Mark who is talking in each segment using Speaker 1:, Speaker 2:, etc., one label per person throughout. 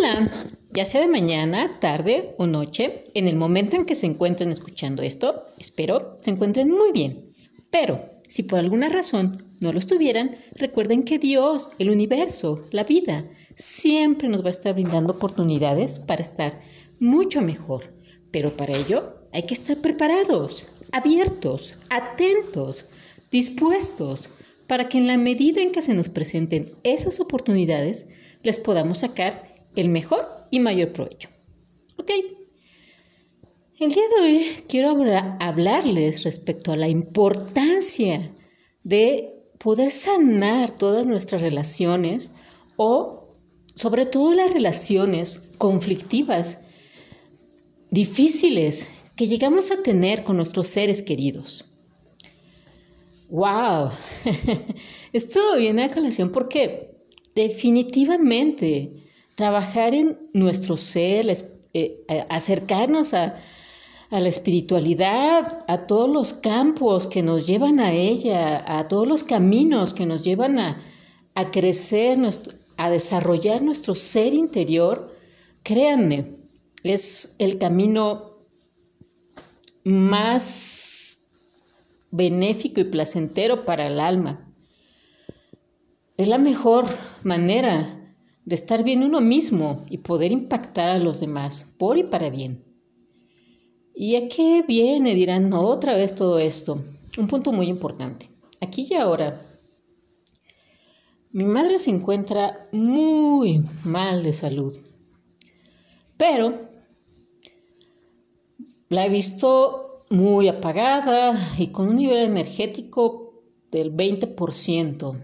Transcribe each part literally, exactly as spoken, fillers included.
Speaker 1: Hola, ya sea de mañana, tarde o noche, en el momento en que se encuentren escuchando esto, espero se encuentren muy bien. Pero, si por alguna razón no lo estuvieran, recuerden que Dios, el universo, la vida, siempre nos va a estar brindando oportunidades para estar mucho mejor. Pero para ello hay que estar preparados, abiertos, atentos, dispuestos, para que en la medida en que se nos presenten esas oportunidades, les podamos sacar el mejor y mayor provecho. ¿Ok? El día de hoy quiero hablar, hablarles respecto a la importancia de poder sanar todas nuestras relaciones o sobre todo las relaciones conflictivas, difíciles que llegamos a tener con nuestros seres queridos. ¡Wow! Esto viene a colación porque definitivamente trabajar en nuestro ser, eh, acercarnos a, a la espiritualidad, a todos los campos que nos llevan a ella, a todos los caminos que nos llevan a, a crecer, a desarrollar nuestro ser interior, créanme, es el camino más benéfico y placentero para el alma. Es la mejor manera de estar bien uno mismo y poder impactar a los demás por y para bien. ¿Y a qué viene? Dirán, no, otra vez todo esto. Un punto muy importante. Aquí y ahora, mi madre se encuentra muy mal de salud, pero la he visto muy apagada y con un nivel energético del veinte por ciento.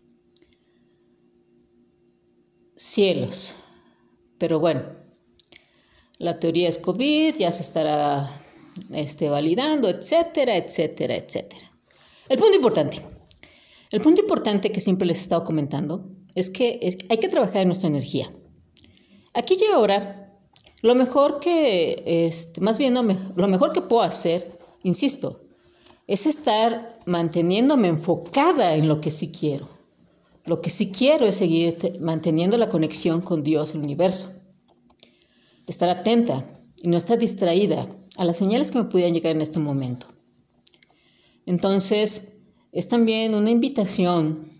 Speaker 1: Cielos. Pero bueno, la teoría es COVID, ya se estará este, validando, etcétera, etcétera, etcétera. El punto importante, el punto importante que siempre les he estado comentando es que es, hay que trabajar en nuestra energía. Aquí y ahora, lo mejor que, este, más bien no me, lo mejor que puedo hacer, insisto, es estar manteniéndome enfocada en lo que sí quiero. Lo que sí quiero es seguir te- manteniendo la conexión con Dios, el universo. Estar atenta y no estar distraída a las señales que me pudieran llegar en este momento. Entonces, es también una invitación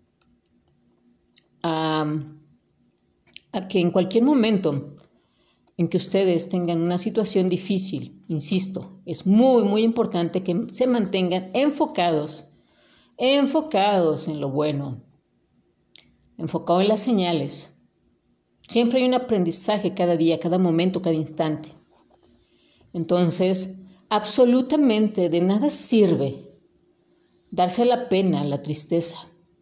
Speaker 1: a, a que en cualquier momento en que ustedes tengan una situación difícil, insisto, es muy, muy importante que se mantengan enfocados, enfocados en lo bueno, enfocado en las señales. Siempre hay un aprendizaje cada día, cada momento, cada instante. Entonces, absolutamente de nada sirve darse la pena, la tristeza,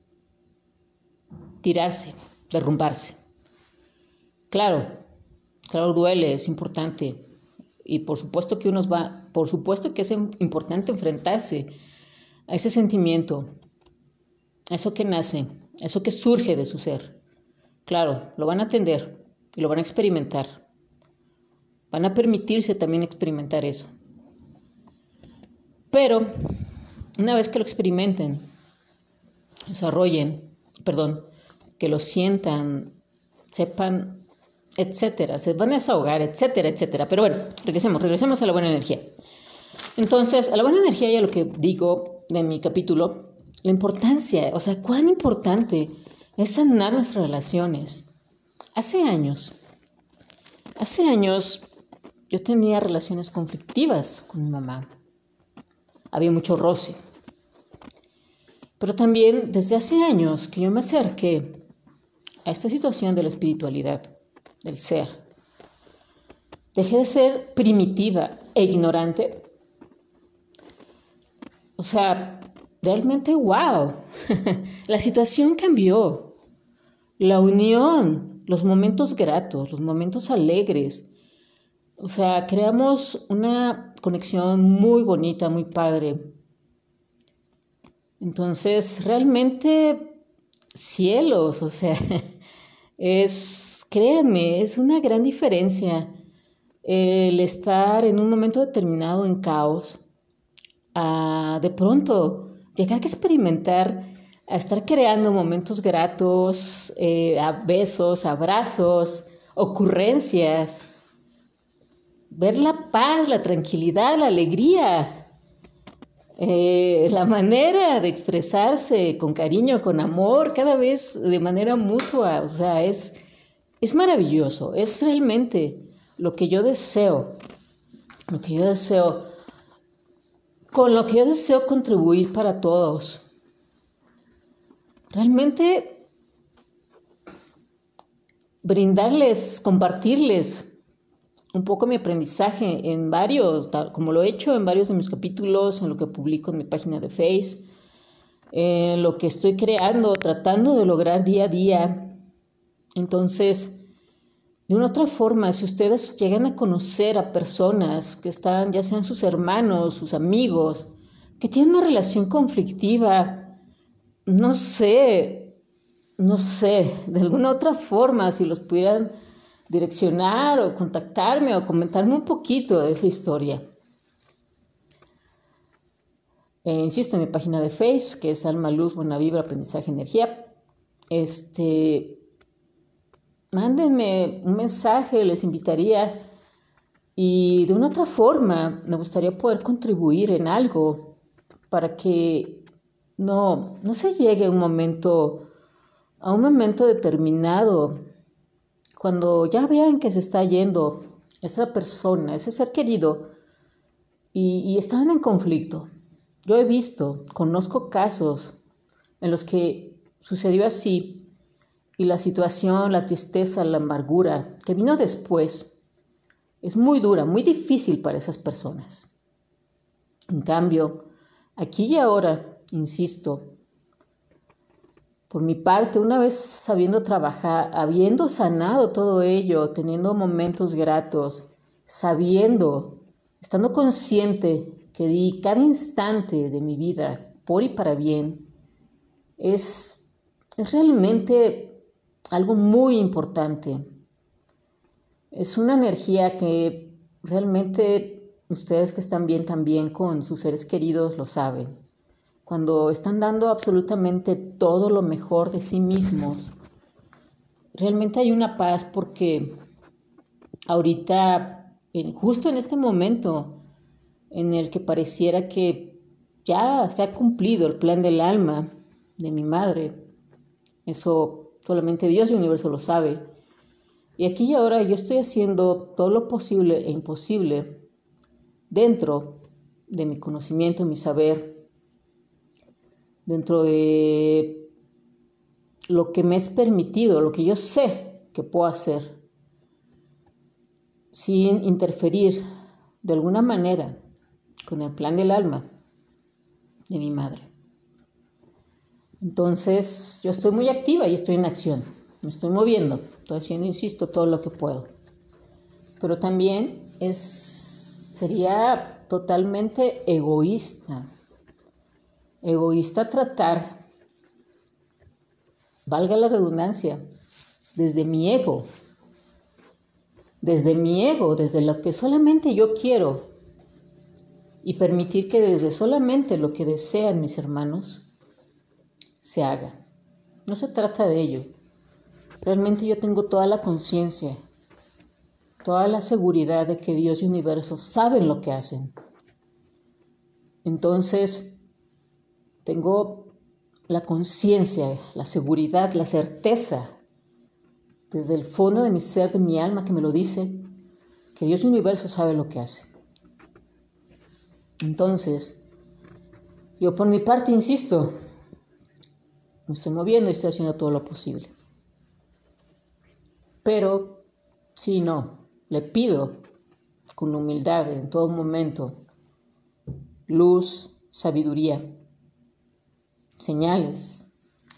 Speaker 1: tirarse, derrumbarse. Claro, claro duele, es importante. Y por supuesto que uno va, por supuesto que es importante enfrentarse a ese sentimiento, a eso que nace, a eso que surge de su ser. Claro, lo van a atender y lo van a experimentar. Van a permitirse también experimentar eso. Pero una vez que lo experimenten, desarrollen, perdón, que lo sientan, sepan, etcétera, se van a desahogar, etcétera, etcétera. Pero bueno, regresemos, regresemos a la buena energía. Entonces, a la buena energía y a lo que digo de mi capítulo, la importancia, o sea, cuán importante es sanar nuestras relaciones. Hace años, hace años yo tenía relaciones conflictivas con mi mamá. Había mucho roce. Pero también desde hace años que yo me acerqué a esta situación de la espiritualidad, del ser. Dejé de ser primitiva e ignorante. O sea, realmente, wow. La situación cambió. La unión, los momentos gratos, los momentos alegres. O sea, creamos una conexión muy bonita, muy padre. Entonces, realmente, cielos, o sea, es, créanme, es una gran diferencia el estar en un momento determinado en caos, a de pronto llegar a experimentar, a estar creando momentos gratos, eh, a besos, abrazos, ocurrencias, ver la paz, la tranquilidad, la alegría, eh, la manera de expresarse con cariño, con amor, cada vez de manera mutua. O sea, es, es maravilloso, es realmente lo que yo deseo, lo que yo deseo, con lo que yo deseo contribuir para todos. Realmente brindarles, compartirles un poco mi aprendizaje en varios, como lo he hecho en varios de mis capítulos, en lo que publico en mi página de Face, en lo que estoy creando, tratando de lograr día a día. Entonces, de una otra forma, si ustedes llegan a conocer a personas que están, ya sean sus hermanos, sus amigos, que tienen una relación conflictiva, no sé, no sé, de alguna otra forma, si los pudieran direccionar o contactarme o comentarme un poquito de esa historia. Eh, insisto en mi página de Facebook, que es Alma Luz, Buena Vibra, Aprendizaje, Energía. Este, mándenme un mensaje, les invitaría. Y de una otra forma, me gustaría poder contribuir en algo para que no, no se llegue a un momento, a un momento determinado, cuando ya vean que se está yendo esa persona, ese ser querido, y, y están en conflicto. Yo he visto, conozco casos en los que sucedió así, y la situación, la tristeza, la amargura que vino después es muy dura, muy difícil para esas personas. En cambio, aquí y ahora, insisto, por mi parte, una vez sabiendo trabajar, habiendo sanado todo ello, teniendo momentos gratos, sabiendo, estando consciente que di cada instante de mi vida por y para bien, es, es realmente algo muy importante. Es una energía que realmente ustedes que están bien también con sus seres queridos lo saben. Cuando están dando absolutamente todo lo mejor de sí mismos, realmente hay una paz porque ahorita, justo en este momento en el que pareciera que ya se ha cumplido el plan del alma de mi madre, eso solamente Dios y el universo lo sabe. Y aquí y ahora yo estoy haciendo todo lo posible e imposible dentro de mi conocimiento, mi saber, dentro de lo que me es permitido, lo que yo sé que puedo hacer, sin interferir de alguna manera con el plan del alma de mi madre. Entonces, yo estoy muy activa y estoy en acción, me estoy moviendo, estoy haciendo, insisto, todo lo que puedo. Pero también es, sería totalmente egoísta, egoísta tratar, valga la redundancia, desde mi ego, desde mi ego, desde lo que solamente yo quiero, y permitir que desde solamente lo que desean mis hermanos se haga. No se trata de ello. Realmente yo tengo toda la conciencia, toda la seguridad de que Dios y universo saben lo que hacen. Entonces, tengo la conciencia, la seguridad, la certeza, desde el fondo de mi ser, de mi alma, que me lo dice, que Dios y universo sabe lo que hace. Entonces, yo por mi parte insisto, me estoy moviendo y estoy haciendo todo lo posible. Pero, si no, le pido con humildad en todo momento luz, sabiduría, señales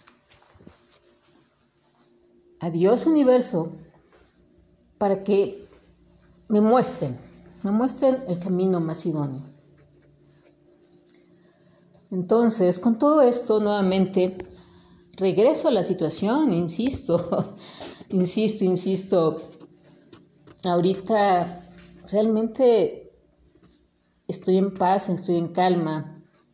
Speaker 1: a Dios universo para que me muestren, me muestren el camino más idóneo. Entonces, con todo esto, nuevamente, regreso a la situación, insisto, insisto, insisto. Ahorita realmente estoy en paz, estoy en calma.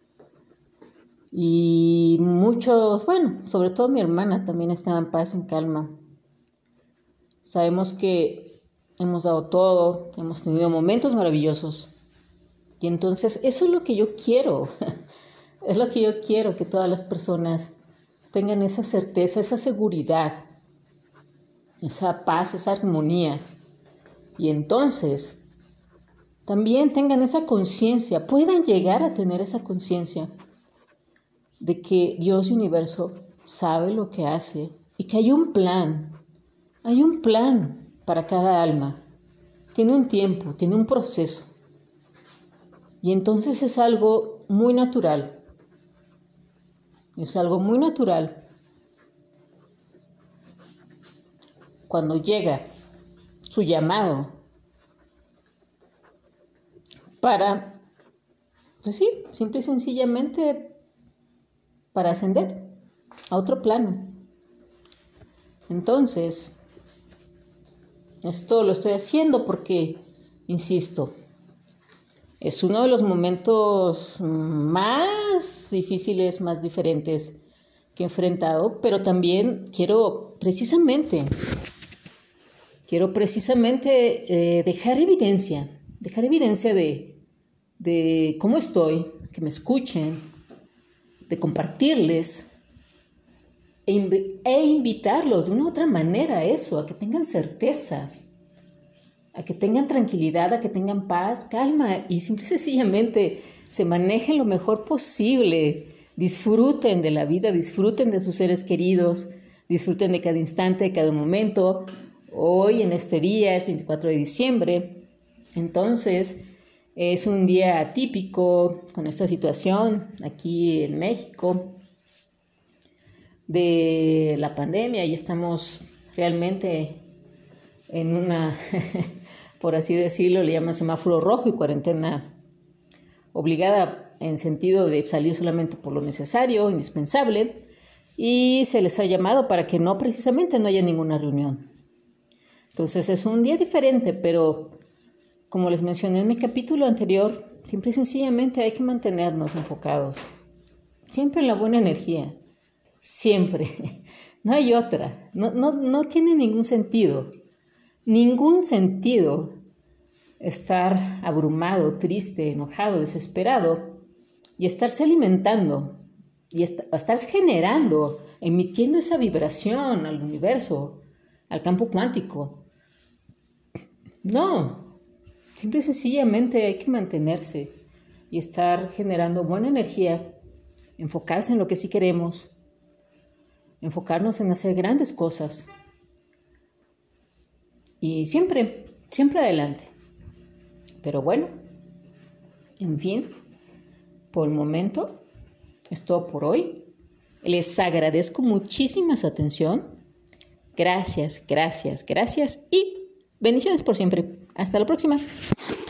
Speaker 1: Y muchos, bueno, sobre todo mi hermana también está en paz, en calma. Sabemos que hemos dado todo, hemos tenido momentos maravillosos. Y entonces eso es lo que yo quiero. Es lo que yo quiero, que todas las personas tengan esa certeza, esa seguridad, esa paz, esa armonía. Y entonces también tengan esa conciencia, puedan llegar a tener esa conciencia de que Dios y Universo sabe lo que hace y que hay un plan, hay un plan para cada alma. Tiene un tiempo, tiene un proceso. Y entonces es algo muy natural. Es algo muy natural cuando llega su llamado para, pues sí, simple y sencillamente para ascender a otro plano. Entonces, esto lo estoy haciendo porque, insisto, es uno de los momentos más difíciles, más diferentes que he enfrentado, pero también quiero precisamente, quiero precisamente eh, dejar evidencia, dejar evidencia de, de cómo estoy, que me escuchen, de compartirles e, inv- e invitarlos de una u otra manera a eso, a que tengan certeza, a que tengan tranquilidad, a que tengan paz, calma y simple y sencillamente se manejen lo mejor posible, disfruten de la vida, disfruten de sus seres queridos, disfruten de cada instante, de cada momento. Hoy en este día es veinticuatro de diciembre, entonces es un día atípico con esta situación aquí en México de la pandemia y estamos realmente en una, por así decirlo, le llaman semáforo rojo y cuarentena obligada en sentido de salir solamente por lo necesario, indispensable, y se les ha llamado para que no precisamente no haya ninguna reunión. Entonces es un día diferente, pero como les mencioné en mi capítulo anterior, simple y sencillamente hay que mantenernos enfocados, siempre en la buena energía, siempre, no hay otra, no, no, no tiene ningún sentido. Ningún sentido estar abrumado, triste, enojado, desesperado y estarse alimentando y est- estar generando, emitiendo esa vibración al universo, al campo cuántico. No, simple y sencillamente hay que mantenerse y estar generando buena energía, enfocarse en lo que sí queremos, enfocarnos en hacer grandes cosas. Y siempre, siempre adelante. Pero bueno, en fin, por el momento es todo por hoy. Les agradezco muchísima su atención. Gracias, gracias, gracias y bendiciones por siempre. Hasta la próxima.